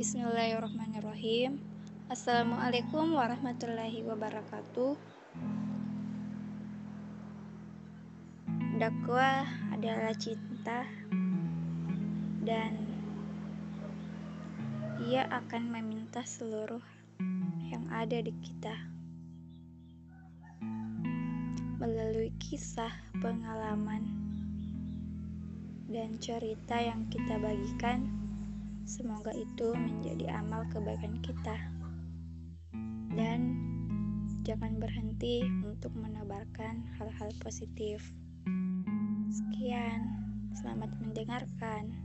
Bismillahirrahmanirrahim. Assalamualaikum warahmatullahi wabarakatuh. Dakwah adalah cinta, dan ia akan meminta seluruh yang ada di kita melalui kisah, pengalaman, dan cerita yang kita bagikan. Semoga itu menjadi amal kebaikan kita, dan jangan berhenti untuk menebarkan hal-hal positif. Sekian, selamat mendengarkan.